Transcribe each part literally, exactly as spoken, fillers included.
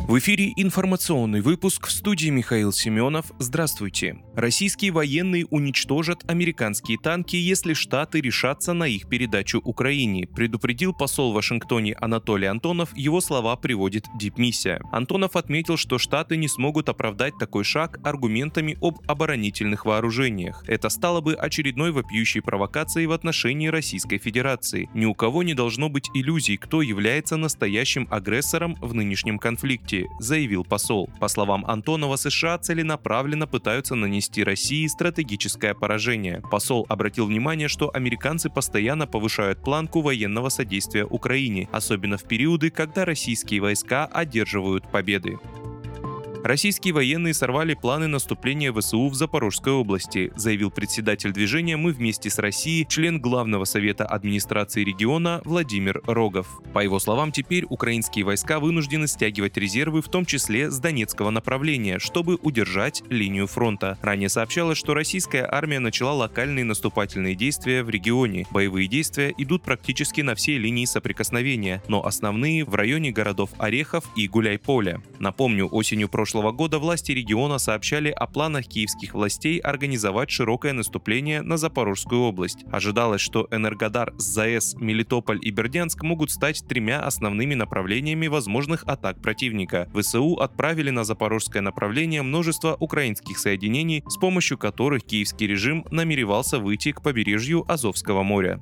В эфире информационный выпуск, в студии Михаил Семенов. Здравствуйте. Российские военные уничтожат американские танки, если Штаты решатся на их передачу Украине, предупредил посол в Вашингтоне Анатолий Антонов. Его слова приводит Дипмиссия. Антонов отметил, что Штаты не смогут оправдать такой шаг аргументами об оборонительных вооружениях. Это стало бы очередной вопиющей провокацией в отношении Российской Федерации. Ни у кого не должно быть иллюзий, кто является настоящим агрессором в нынешнем конфликте, заявил посол. По словам Антонова, США целенаправленно пытаются нанести России стратегическое поражение. Посол обратил внимание, что американцы постоянно повышают планку военного содействия Украине, особенно в периоды, когда российские войска одерживают победы. Российские военные сорвали планы наступления ВСУ в Запорожской области, заявил председатель движения «Мы вместе с Россией», член Главного совета администрации региона Владимир Рогов. По его словам, теперь украинские войска вынуждены стягивать резервы, в том числе с Донецкого направления, чтобы удержать линию фронта. Ранее сообщалось, что российская армия начала локальные наступательные действия в регионе. Боевые действия идут практически на всей линии соприкосновения, но основные в районе городов Орехов и Гуляйполя. Напомню, осенью прошлого года власти региона сообщали о планах киевских властей организовать широкое наступление на Запорожскую область. Ожидалось, что Энергодар, ЗАЭС, Мелитополь и Бердянск могут стать тремя основными направлениями возможных атак противника. ВСУ отправили на запорожское направление множество украинских соединений, с помощью которых киевский режим намеревался выйти к побережью Азовского моря.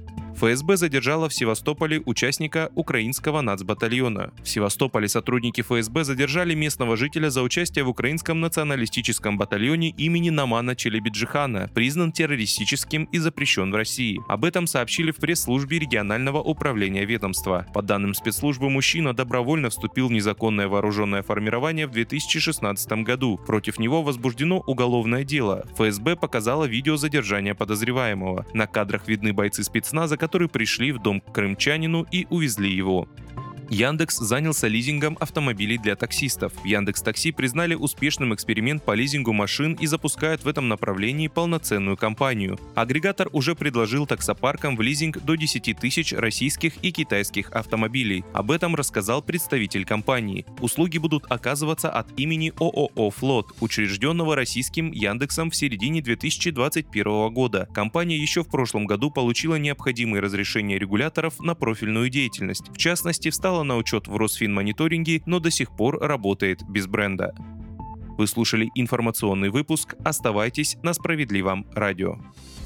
ФСБ задержала в Севастополе участника украинского нацбатальона. В Севастополе сотрудники ФСБ задержали местного жителя за участие в украинском националистическом батальоне имени Намана Челебиджихана, признан террористическим и запрещен в России. Об этом сообщили в пресс-службе регионального управления ведомства. По данным спецслужбы, мужчина добровольно вступил в незаконное вооруженное формирование в две тысячи шестнадцатом году. Против него возбуждено уголовное дело. ФСБ показала видео задержания подозреваемого. На кадрах видны бойцы спецназа, которые пришли в дом к крымчанину и увезли его. Яндекс занялся лизингом автомобилей для таксистов. В Яндекс.Такси признали успешным эксперимент по лизингу машин и запускают в этом направлении полноценную кампанию. Агрегатор уже предложил таксопаркам в лизинг до десяти тысяч российских и китайских автомобилей. Об этом рассказал представитель компании. Услуги будут оказываться от имени ООО «Флот», учрежденного российским Яндексом в середине две тысячи двадцать первого года. Компания еще в прошлом году получила необходимые разрешения регуляторов на профильную деятельность. В частности, встала на учет в Росфинмониторинге, но до сих пор работает без бренда. Вы слушали информационный выпуск. Оставайтесь на Справедливом радио.